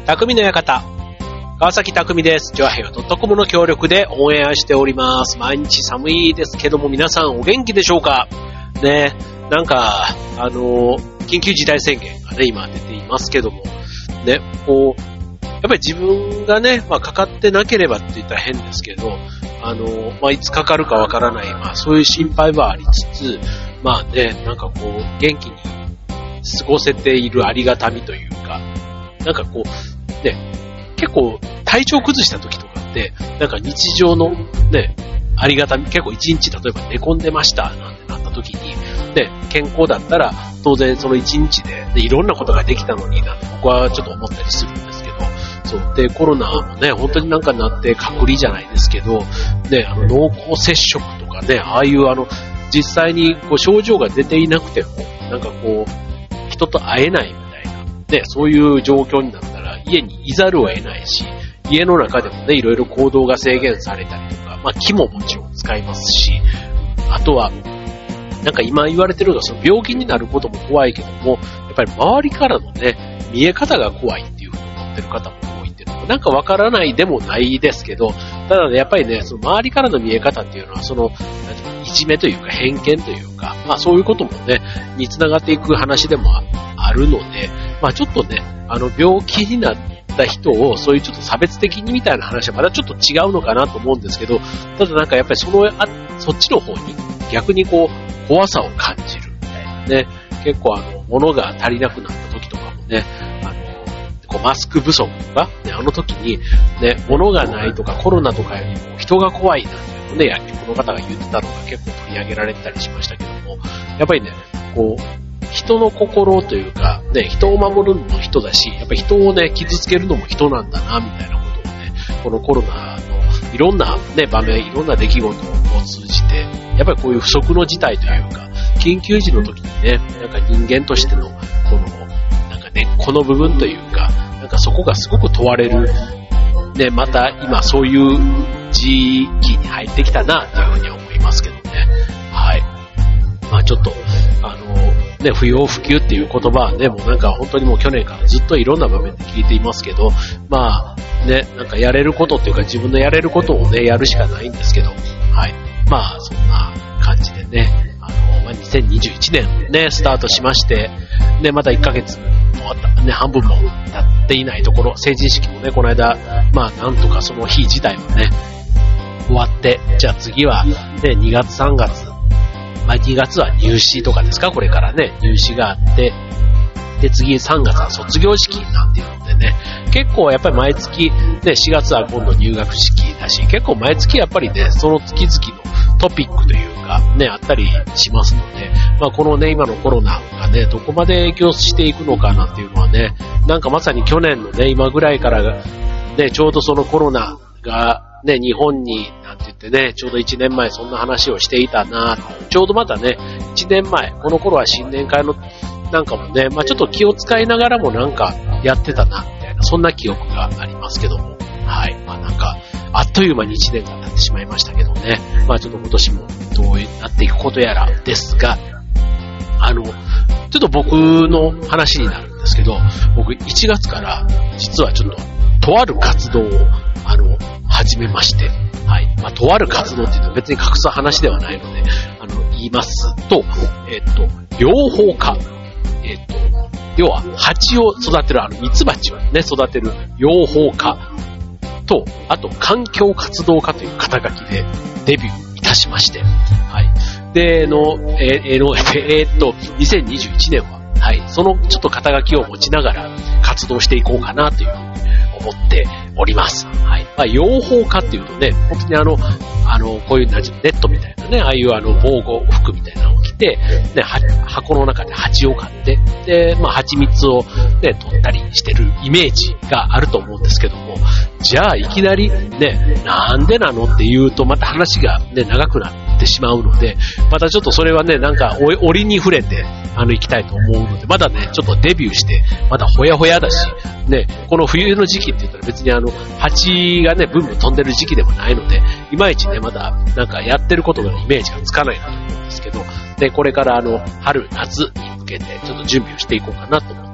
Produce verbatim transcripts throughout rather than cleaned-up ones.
匠の館。川崎匠です。ジョアヘヨ .com の協力でオンエアしております。毎日寒いですけども皆さんお元気でしょうかね。なんか、あの、緊急事態宣言がね、今出ていますけども、ね、こう、やっぱり自分がね、まあかかってなければって言ったら変ですけど、あの、まあいつかかるかわからない、まあそういう心配はありつつ、まあね、なんかこう、元気に過ごせているありがたみというか、なんかこう、ね、結構体調崩した時とかって、なんか日常のね、ありがたみ、結構一日例えば寝込んでましたなんてなった時に、ね、健康だったら当然その一日で、ね、いろんなことができたのになって僕はちょっと思ったりするんですけど、そうでコロナもね、本当になんかなって隔離じゃないですけど、ね、あの濃厚接触とかね、ああいうあの実際にこう症状が出ていなくても、なんかこう人と会えないみたいな、ね、そういう状況になったら家にいざるを得ないし、家の中でもね、いろいろ行動が制限されたりとか、まあ気ももちろん使いますし、あとは、なんか今言われてるのが、その病気になることも怖いけども、やっぱり周りからのね、見え方が怖いっていうふうに思ってる方も多いっていうのも、なんかわからないでもないですけど、ただね、やっぱりね、その周りからの見え方っていうのは、その、いじめというか偏見というか、まあそういうこともね、につながっていく話でもあるので、まあちょっとね、あの病気になった人をそういうちょっと差別的にみたいな話はまだちょっと違うのかなと思うんですけど、ただなんかやっぱりその、あ、そっちの方に逆にこう怖さを感じるみたいなね、結構あの物が足りなくなった時とかもね、あのこうマスク不足とか、ね、あの時にね、物がないとかコロナとかよりも人が怖いなんていうのね、薬局の方が言ってたのが結構取り上げられたりしましたけども、やっぱりね、こう人の心というか、ね、人を守るのも人だし、やっぱり人をね、傷つけるのも人なんだな、みたいなことをね、このコロナのいろんなね、場面、いろんな出来事を通じて、やっぱりこういう不測の事態というか、緊急時の時にね、なんか人間としての、この、なんか根っこの部分というか、なんかそこがすごく問われる、ね、また今そういう時期に入ってきたな、というふうに思いますけどね。はい。まあちょっと、あの、ね、不要不急っていう言葉はね、もうなんか本当にもう去年からずっといろんな場面で聞いていますけど、まあね、なんかやれることっていうか自分のやれることをね、やるしかないんですけど、はい。まあそんな感じでね、あの、まあ、にせんにじゅういちねんね、スタートしまして、ね、またいっかげつもあった、ね、半分も経っていないところ、成人式もね、この間、まあなんとかその日自体もね、終わって、じゃあ次はね、にがつさんがつ、まあ、にがつは入試とかですか、これからね、入試があって、で、次さんがつは卒業式なんていうのでね、結構やっぱり毎月、ね、しがつは今度入学式だし、結構毎月やっぱりね、その月々のトピックというか、ね、あったりしますので、まあこのね、今のコロナがね、どこまで影響していくのかなっていうのはね、なんかまさに去年のね、今ぐらいからね、ちょうどそのコロナが、ね、日本に、なんて言ってね、ちょうどいちねんまえそんな話をしていたなぁ。ちょうどまたね、いちねんまえ、この頃は新年会のなんかもね、まあちょっと気を使いながらもなんかやってたな、みたいな、そんな記憶がありますけども。はい。まあなんか、あっという間にいちねんが経ってしまいましたけどね。まあちょっと今年もどうなっていくことやらですが、あの、ちょっと僕の話になるんですけど、僕いちがつから実はちょっと、とある活動を、あの、始めまして、はい。まあ、とある活動って言うと別に隠す話ではないので、あの、言いますと、えっと、養蜂家、えっと、要は、蜂を育てる、あの、ミツバチをね、育てる養蜂家と、あと、環境活動家という肩書きでデビューいたしまして、はい。で、の、えー、の、えー、っと、にせんにじゅういちねんは、はい、そのちょっと肩書きを持ちながら活動していこうかなというふうに思っております。はい。まあ、養蜂家っていうとね、本当にあの、あの、こういうネットみたいなね、ああいうあの、防護服みたいなのを着て、ね、箱の中で蜂を飼って、で、まあ、蜂蜜をね、取ったりしてるイメージがあると思うんですけども、じゃあ、いきなりね、なんでなのって言うと、また話がね、長くなってしまうので、またちょっとそれはね、なんか、折に触れて、あの、行きたいと思うので、まだね、ちょっとデビューして、まだほやほやだし、ね、この冬の時期って言ったら別にあの、蜂がね、ブンブン飛んでる時期でもないので、いまいちね、まだ、なんかやってることのイメージがつかないなと思うんですけど、で、これからあの、春、夏に向けて、ちょっと準備をしていこうかなと思っているの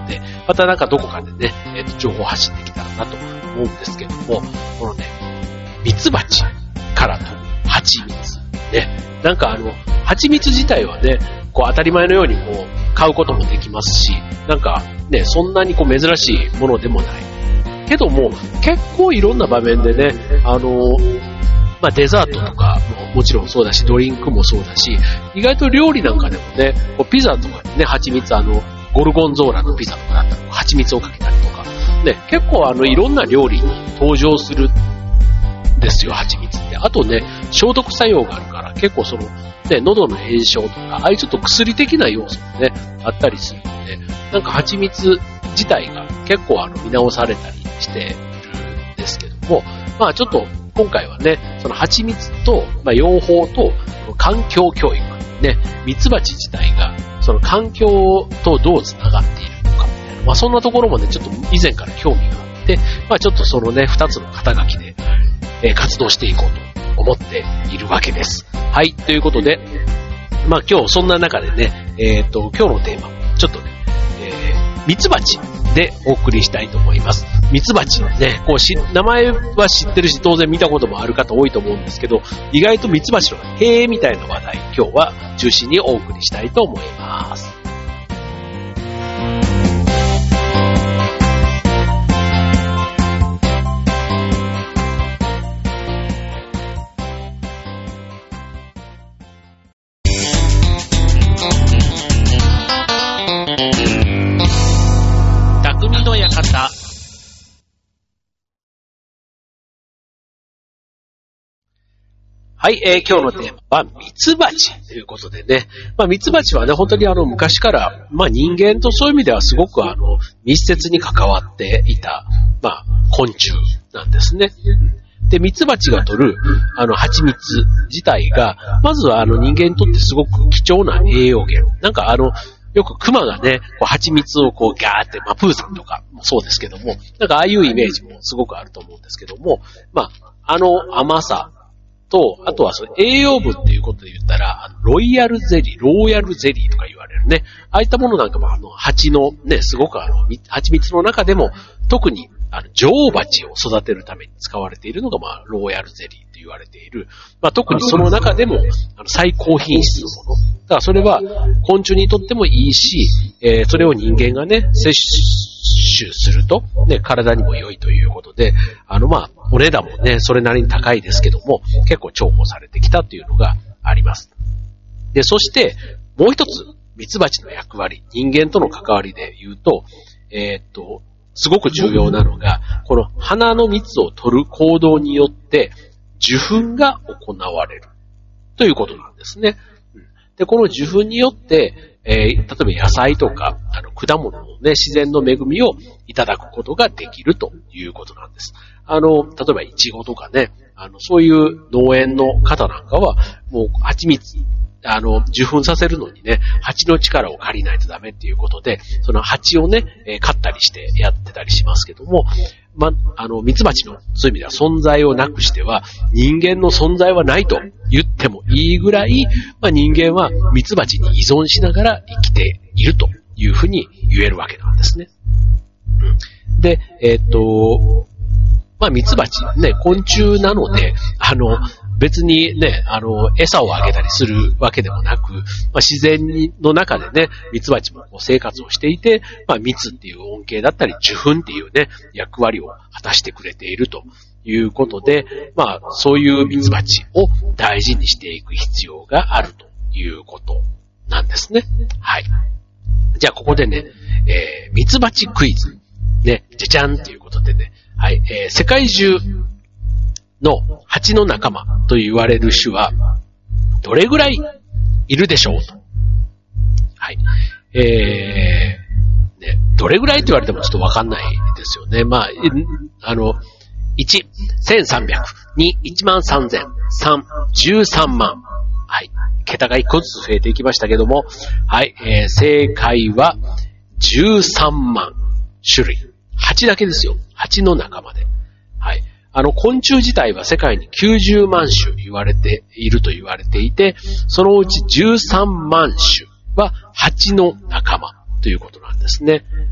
で、またなんかどこかでね、えっと、情報発信できたらなと思うんですけども、このね、ミツバチからと蜂蜜。ね、なんかあの、蜂蜜自体はね、こう当たり前のようにこう、買うこともできますし、なんかね、そんなにこう珍しいものでもない。けども、結構いろんな場面でね、あの、まあ、デザートとかももちろんそうだし、ドリンクもそうだし、意外と料理なんかでもね、こうピザとかにね、蜂蜜、あの、ゴルゴンゾーラのピザとかだったら、蜂蜜をかけたりとか、ね、結構あの、いろんな料理に登場するんですよ、蜂蜜って。あとね、消毒作用があるから、結構その、ね、喉の炎症とか、ああいうちょっと薬的な要素もね、あったりするので、なんか蜂蜜自体が結構あの、見直されたりしているんですけども、まあちょっと、今回はね、その蜂蜜と、まあ、養蜂と環境教育、ね、ミツバチ自体が、その環境とどうつながっているのかみたいな、まあそんなところもね、ちょっと以前から興味があって、まあちょっとそのね、二つの肩書きで、えー、活動していこうと思っているわけです。はい、ということで、まあ今日そんな中でね、えっと、今日のテーマ、ちょっとね、えー、ミツバチでお送りしたいと思います。ミツバチね、こうし、名前は知ってるし、当然見たこともある方多いと思うんですけど、意外とミツバチのへーみたいな話題、今日は中心にお送りしたいと思います。匠の館。はい、えー、今日のテーマはミツバチということでね。まあミツバチはね、本当にあの昔から、まあ人間とそういう意味ではすごくあの密接に関わっていた、まあ昆虫なんですね。で、ミツバチが取るあの蜂蜜自体が、まずはあの人間にとってすごく貴重な栄養源。なんかあの、よくクマがね、こう蜂蜜をこうガーって、まあプーさんとかもそうですけども、なんかああいうイメージもすごくあると思うんですけども、まあ、あの甘さ、と、あとはその栄養分っていうことで言ったら、あのロイヤルゼリー、ローヤルゼリーとか言われるね。ああいったものなんかもあの、蜂のね、すごくあの、蜂蜜の中でも、特にあの、女王蜂を育てるために使われているのが、まあ、ローヤルゼリーと言われている。まあ、特にその中でも、あの、最高品質のもの。だからそれは、昆虫にとってもいいし、えー、それを人間がね、摂取すると、ね、体にも良いということで、あの、まあ、お値段もね、それなりに高いですけども、結構重宝されてきたというのがあります。で、そして、もう一つ、ミツバチの役割、人間との関わりで言うと、えー、っと、すごく重要なのが、この花の蜜を取る行動によって、受粉が行われる。ということなんですね。で、この受粉によって、えー、例えば野菜とか、あの、果物のね、自然の恵みをいただくことができるということなんです。あの、例えばイチゴとかね、あの、そういう農園の方なんかは、もう蜂蜜、あの、受粉させるのにね、蜂の力を借りないとダメっていうことで、その蜂をね、えー、飼ったりしてやってたりしますけども、ま、あの、蜜蜂の、そういう意味では存在をなくしては、人間の存在はないと言ってもいいぐらい、まあ、人間は蜜蜂に依存しながら生きているというふうに言えるわけなんですね。うん、で、えー、っと、まあ、蜜蜂、ね、昆虫なので、あの、別にね、あの、餌をあげたりするわけでもなく、まあ、自然の中でね、蜜蜂も生活をしていて、まあ、蜜っていう恩恵だったり、受粉っていうね、役割を果たしてくれているということで、まあ、そういう蜜蜂を大事にしていく必要があるということなんですね。はい。じゃあ、ここでね、えー、蜜蜂クイズ。ね、じゃじゃんっていうことでね、はい、えー、世界中の蜂の仲間と言われる種はどれぐらいいるでしょうと。はい。えー、ね、どれぐらいと言われてもちょっとわかんないですよね。まあ、あの、いち、せんさんびゃく、に、いちまんさんぜん、さん、じゅうさんまん。はい。桁がいっこずつ増えていきましたけども、はい、えー、正解はじゅうさんまん種類。蜂だけですよ。蜂の仲間で。はい。あの、昆虫自体は世界にきゅうじゅうまん種言われていると言われていて、そのうちじゅうさんまん種は蜂の仲間ということなんですね。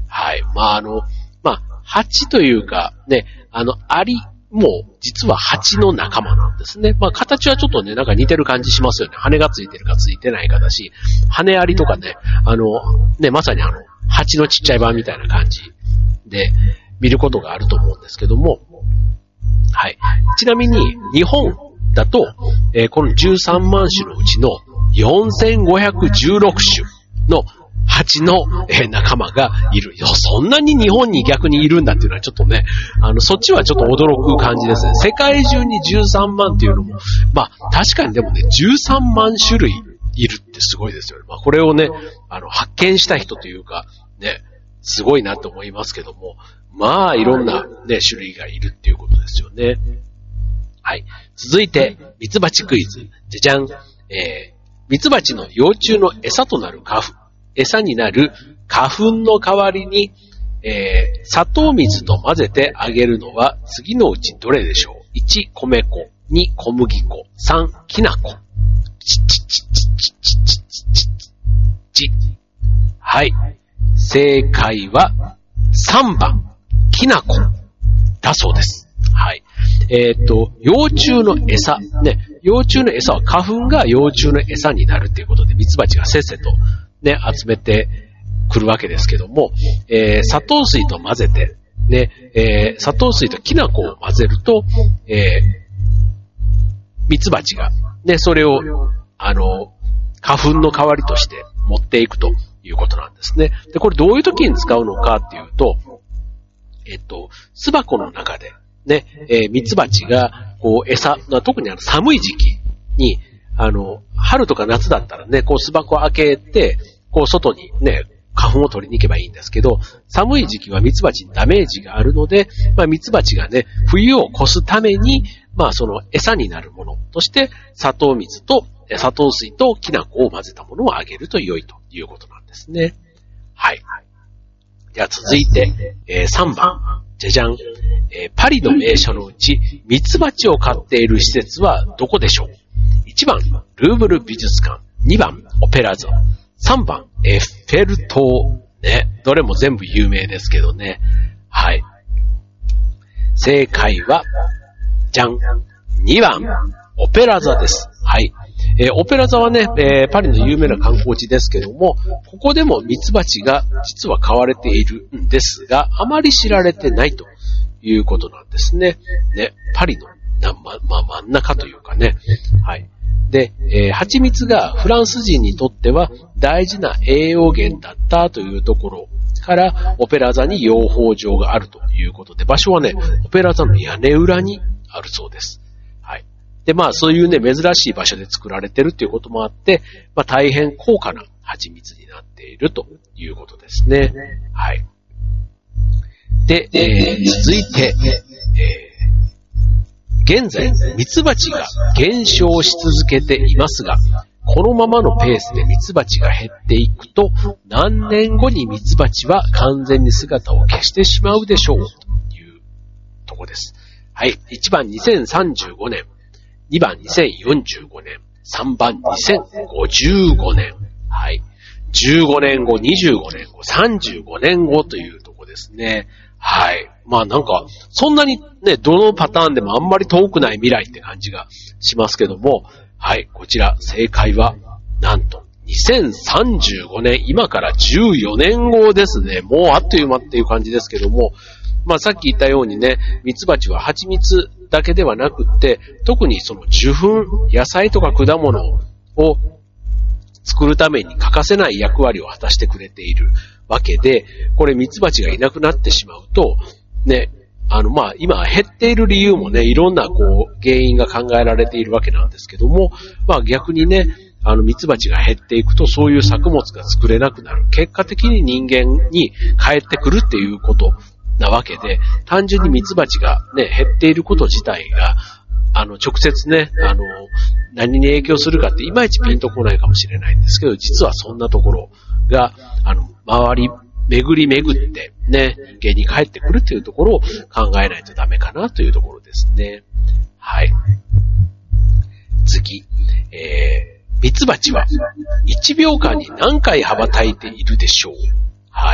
はい。まあ、あの、まあ、蜂というか、ね、あの、アリも実は蜂の仲間なんですね。まあ、形はちょっとね、なんか似てる感じしますよね。羽がついてるかついてないかだし、羽アリとかね、あの、ね、まさにあの、蜂のちっちゃい版みたいな感じで見ることがあると思うんですけども、はい。ちなみに、日本だと、えー、このじゅうさんまん種のうちのよんせんごひゃくじゅうろくしゅの蜂の、えー、仲間がいる。いや、そんなに日本に逆にいるんだっていうのはちょっとね、あの、そっちはちょっと驚く感じですね。世界中にじゅうさんまんっていうのも、まあ、確かにでもね、じゅうさんまん種類いるってすごいですよね。まあ、これをね、あの、発見した人というか、ね、すごいなと思いますけども、まあ、いろんなね、種類がいるっていうことですよね。はい。続いて、ミツバチクイズ。じゃじゃん。えー、ミツバチの幼虫の餌となる花粉。餌になる花粉の代わりに、えー、砂糖水と混ぜてあげるのは次のうちどれでしょう？ いち、米粉。に、小麦粉。さん、きな粉。ちちちちちちちちち。はい。正解はさんばん、きな粉だそうです。はい。えっと、幼虫の餌。ね、幼虫の餌は花粉が幼虫の餌になるということで、ミツバチがせっせとね、集めてくるわけですけども、えー、砂糖水と混ぜて、ね、えー、砂糖水ときな粉を混ぜると、えー、ミツバチが、ね、それを、あの、花粉の代わりとして持っていくということなんですね。で、これどういう時に使うのかっていうと、えっと、巣箱の中で、ね、えー、ミツバチが、こう、餌、特にあの寒い時期に、あの、春とか夏だったらね、こう巣箱を開けて、こう外にね、花粉を取りに行けばいいんですけど、寒い時期はミツバチにダメージがあるので、まあミツバチがね、冬を越すために、まあその餌になるものとして、砂糖水と、砂糖水ときな粉を混ぜたものをあげると良いということなんですね。はい。では続いて、えー、さんばん。じゃじゃん。えー、パリの名所のうち、ミツバチを飼っている施設はどこでしょう？いちばん、ルーブル美術館。にばん、オペラ座。さんばん、エッフェル塔。ね。どれも全部有名ですけどね。はい。正解は、じゃん。にばん、オペラ座です。はい。えー、オペラ座はね、えー、パリの有名な観光地ですけども、ここでもミツバチが実は飼われているんですが、あまり知られてないということなんですね。ね。パリのな、ま、まあ、真ん中というかね。はい。で、えー、蜂蜜がフランス人にとっては大事な栄養源だったというところからオペラ座に養蜂場があるということで、場所はね、オペラ座の屋根裏にあるそうです。はい。で、まあそういうね、珍しい場所で作られてるっていうこともあって、まあ大変高価な蜂蜜になっているということですね。はい。で、えー、続いて、えー現在、ミツバチが減少し続けていますが、このままのペースでミツバチが減っていくと、何年後にミツバチは完全に姿を消してしまうでしょうというとこです。はい。いちばんにせんさんじゅうごねん、にばんにせんよんじゅうごねん、さんばんにせんごじゅうごねん。はい。じゅうごねんご、にじゅうごねんご、さんじゅうごねんごというとこですね。はい。まあなんか、そんなにね、どのパターンでもあんまり遠くない未来って感じがしますけども、はい、こちら正解は、なんと、にせんさんじゅうごねん、今からじゅうよねんごですね。もうあっという間っていう感じですけども、まあさっき言ったようにね、ミツバチは蜂蜜だけではなくって、特にその受粉、野菜とか果物を作るために欠かせない役割を果たしてくれているわけで、これミツバチがいなくなってしまうと、ね、あの、まあ、今減っている理由もね、いろんなこう、原因が考えられているわけなんですけども、まあ逆にね、あの、ミツバチが減っていくと、そういう作物が作れなくなる。結果的に人間に帰ってくるっていうことなわけで、単純にミツバチがね、減っていること自体が、あの、直接ね、あの、何に影響するかっていまいちピンとこないかもしれないんですけど、実はそんなところが、あの、周り、巡り巡ってね、人間に帰ってくるというところを考えないとダメかなというところですね。はい。次、えー、ミツバチはいちびょうかんに何回羽ばたいているでしょう？はい。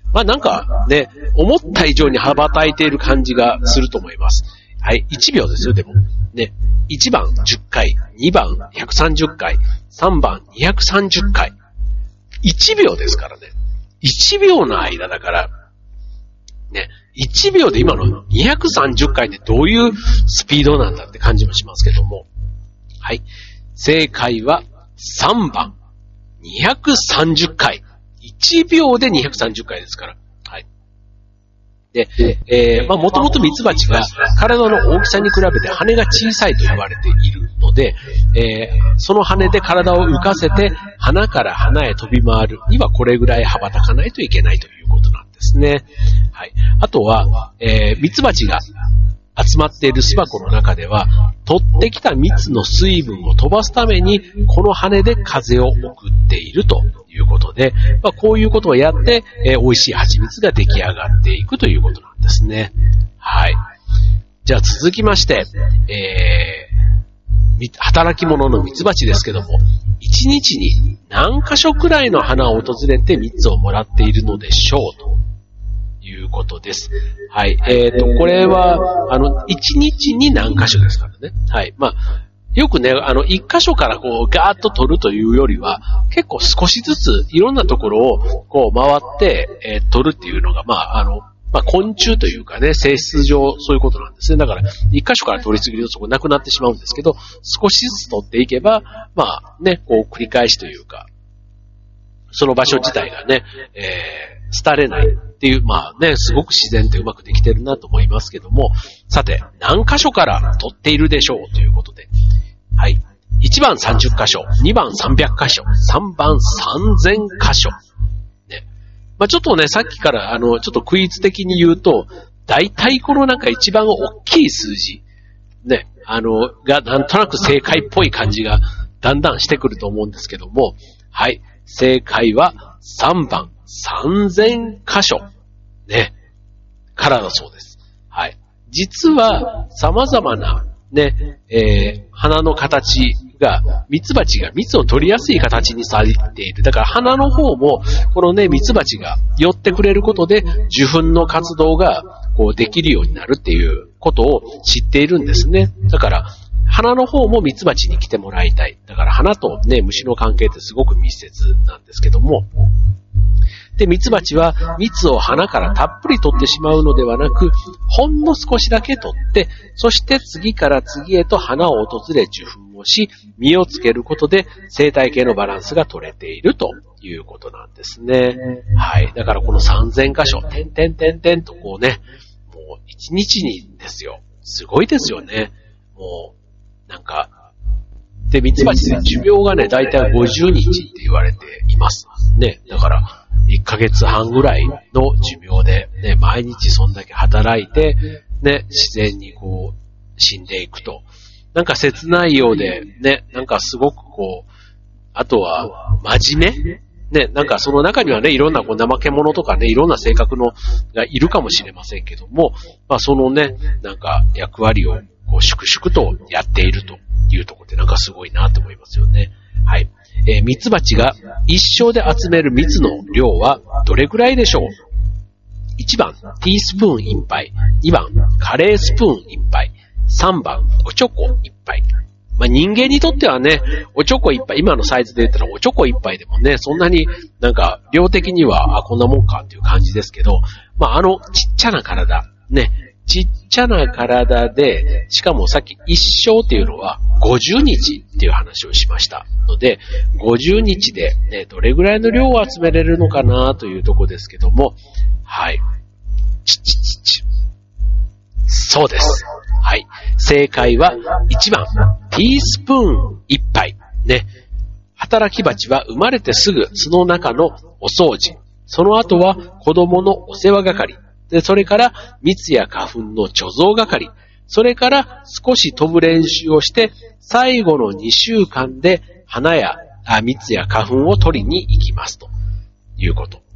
まあなんかね、思った以上に羽ばたいている感じがすると思います。はい、いちびょうですよ、でも。ね、いちばんじゅっかい、にばんひゃくさんじゅっかい、さんばんにひゃくさんじゅっかい。いちびょうですからね。いちびょうの間だから、ね、いちびょうで今のにひゃくさんじゅっかいってどういうスピードなんだって感じもしますけども。はい。正解はさんばん。にひゃくさんじゅっかい。いちびょうでにひゃくさんじゅっかいですから。はい。で、えー、まあもともとミツバチが体の大きさに比べて羽が小さいと言われているので、えー、その羽で体を浮かせて花から花へ飛び回るにはこれぐらい羽ばたかないといけないということなんですね。はい。あとは、えー、ミツバチが集まっている巣箱の中では、取ってきた蜜の水分を飛ばすために、この羽で風を送っているということで、まあ、こういうことをやって、えー、美味しい蜂蜜が出来上がっていくということなんですね。はい。じゃあ続きまして、えー、働き者のミツバチですけども、一日に何箇所くらいの花を訪れて蜜をもらっているのでしょうと。いうことです。はい。えっと、これは、あの、一日に何箇所ですからね。はい。まあ、よくね、あの、一箇所からこう、ガーッと取るというよりは、結構少しずついろんなところをこう回って、えー、取るっていうのが、まあ、あの、まあ、昆虫というかね、性質上そういうことなんですね。だから、一箇所から取りすぎるとそこなくなってしまうんですけど、少しずつ取っていけば、まあ、ね、こう繰り返しというか、その場所自体がね、えー、廃れないっていう、まあね、すごく自然でうまくできてるなと思いますけども、さて、何箇所から取っているでしょうということで、はい。いちばんさんじゅっかしょ、にばんさんびゃっかしょ、さんばんさんぜんかしょ。ね。まあちょっとね、さっきからあの、ちょっとクイズ的に言うと、大体このなんか一番大きい数字、ね、あの、がなんとなく正解っぽい感じがだんだんしてくると思うんですけども、はい。正解はさんばん。さんぜんかしょ。ね。からだそうです。はい。実は、様々な、ね、えー、花の形が、ミツバチが蜜を取りやすい形にされている。だから花の方も、このね、ミツバチが寄ってくれることで、受粉の活動が、こう、できるようになるっていうことを知っているんですね。だから、花の方もミツバチに来てもらいたい。だから花とね、虫の関係ってすごく密接なんですけども、で、ミツバチは蜜を花からたっぷり取ってしまうのではなく、ほんの少しだけ取って、そして次から次へと花を訪れ受粉をし、実をつけることで生態系のバランスが取れているということなんですね。はい。だからこのさんぜんかしょ、点々点々とこうね、もう一日にですよ。すごいですよね。もう、なんか、で、ミツバチで寿命がね、だいたいごじゅうにちって言われています。ね。だから、いっかげつはんぐらいの寿命で、ね、毎日そんだけ働いて、ね、自然にこう、死んでいくと。なんか切ないようで、ね、なんかすごくこう、あとは、真面目ね、なんかその中にはね、いろんなこう怠け者とかね、いろんな性格のがいるかもしれませんけども、まあそのね、なんか役割をこう粛々とやっているというところってなんかすごいなと思いますよね。はい。えー、ミツバチが一生で集める蜜の量はどれくらいでしょう？ いち 番、ティースプーンいっぱい。にばん、カレースプーンいっぱい。さんばん、おちょこいっぱい。まあ、人間にとってはね、おちょこいっぱい、今のサイズで言ったらおちょこいっぱいでもね、そんなになんか量的には、あ、こんなもんかっていう感じですけど、まあ、あのちっちゃな体、ね、ちっちゃな体で、しかもさっき一生っていうのはごじゅうにちっていう話をしましたので、ごじゅうにちでね、どれぐらいの量を集めれるのかなというとこですけども、はい。ちちちち。そうです。はい。正解はいちばん、ティースプーンいっぱい。ね。働き蜂は生まれてすぐその中のお掃除。その後は子供のお世話係。で、それから蜜や花粉の貯蔵係。それから少し飛ぶ練習をして、最後のにしゅうかんで花やあ蜜や花粉を取りに行きますということ。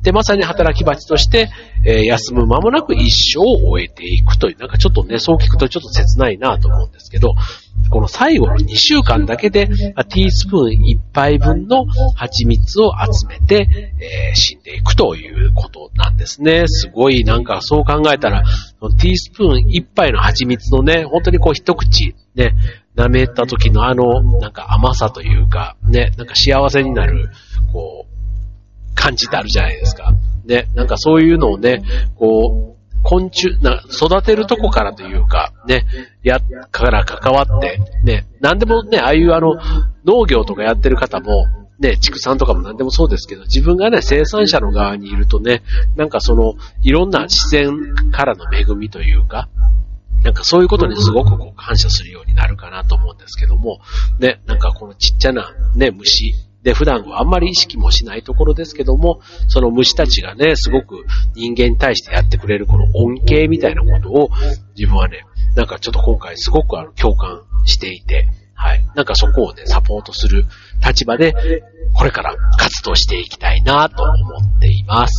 で、まさに働き蜂として、えー、休む間もなく一生を終えていくという、なんかちょっとね、そう聞くとちょっと切ないなと思うんですけど、この最後のにしゅうかんだけで、ティースプーンいっぱいぶんの蜂蜜を集めて、えー、死んでいくということなんですね。すごいなんかそう考えたら、ティースプーンいっぱいの蜂蜜のね、本当にこう一口ね、舐めた時のあの、なんか甘さというか、ね、なんか幸せになる、こう、感じってあるじゃないですか。ね、なんかそういうのをね、こう、昆虫、な、育てるとこからというか、ね、や、から関わって、ね、なんでもね、ああいうあの、農業とかやってる方も、ね、畜産とかもなんでもそうですけど、自分がね、生産者の側にいるとね、なんかその、いろんな自然からの恵みというか、なんかそういうことにすごくこう感謝するようになるかなと思うんですけども、ね、なんかこのちっちゃなね、虫、で、普段はあんまり意識もしないところですけども、その虫たちがね、すごく人間に対してやってくれるこの恩恵みたいなことを、自分はね、なんかちょっと今回すごくあの共感していて、はい。なんかそこをね、サポートする立場で、これから活動していきたいなと思っています。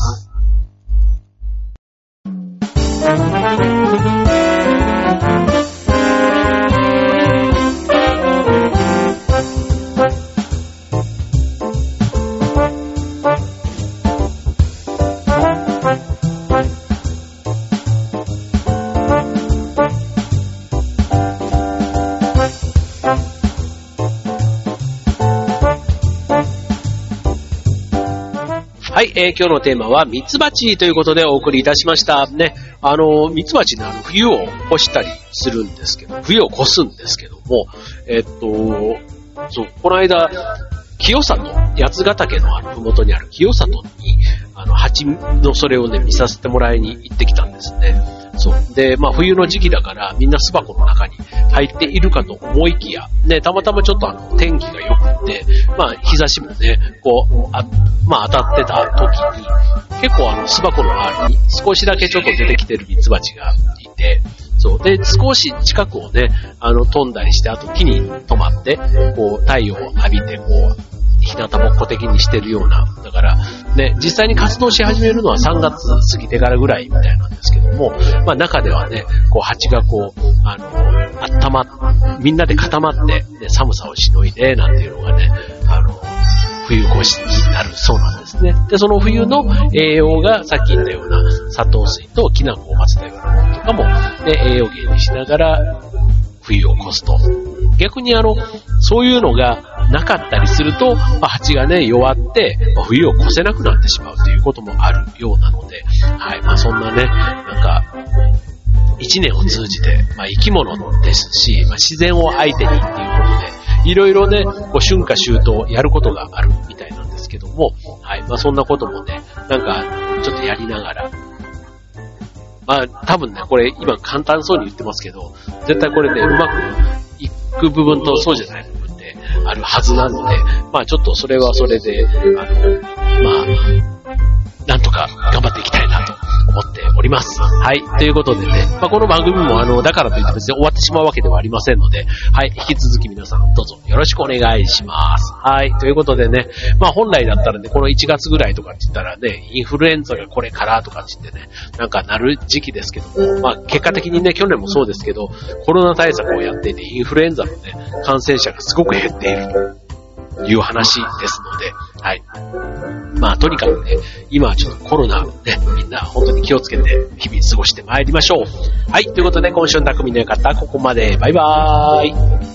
はい、えー、今日のテーマはミツバチということでお送りいたしましたね。あのミツバチのあの冬を越したりするんですけど、冬を越すんですけども、えっとそうこの間清里、八ヶ岳のあの麓にある清里にあの蜂のそれをね見させてもらいに行ってきたんですね。そうで、まあ冬の時期だからみんな巣箱の中に入っているかと思いきや、ね、たまたまちょっとあの天気が良くて、まあ日差しもね、こう、あまあ当たってた時に、結構あの巣箱の周りに少しだけちょっと出てきてるミツバチがいて、そうで、少し近くをね、あの飛んだりして、あと木に止まって、こう太陽を浴びて、こう、日向ぼっこ的にしてるような、だからね、実際に活動し始めるのはさんがつ過ぎてからぐらいみたいなんですけども、まあ中ではね、こう蜂がこう、あの、温まっ、みんなで固まって、ね、寒さをしのいで、なんていうのがね、あの、冬越しになるそうなんですね。で、その冬の栄養がさっき言ったような砂糖水ときな粉を混ぜたようなものとかも、ね、栄養源にしながら冬を越すと。逆にあの、そういうのがなかったりすると、まあ、蜂がね、弱って、まあ、冬を越せなくなってしまうということもあるようなので、はい、まあそんなね、なんか、一年を通じて、まあ生き物ですし、まあ自然を相手にっていうことで、いろいろね、こう春夏秋冬やることがあるみたいなんですけども、はい、まあそんなこともね、なんか、ちょっとやりながら、まあ多分ね、これ今簡単そうに言ってますけど、絶対これね、うまくいく部分とそうじゃない部分であるはずなので、まあちょっとそれはそれで、あの、まあ、なんとか頑張っていきたいなと思っております。はい。ということでね、まあ、この番組もあの、だからといって別に終わってしまうわけではありませんので、はい。引き続き皆さんどうぞよろしくお願いします。はい。ということでね、まあ本来だったらね、このいちがつぐらいとかって言ったらね、インフルエンザがこれからとかって言ってね、なんかなる時期ですけども、まあ結果的にね、去年もそうですけど、コロナ対策をやっていて、インフルエンザのね、感染者がすごく減っていると。いう話ですので、はい。まあ、とにかくね、今はちょっとコロナね、みんな本当に気をつけて日々過ごしてまいりましょう。はい。ということで、今週の匠の館、ここまで。バイバーイ。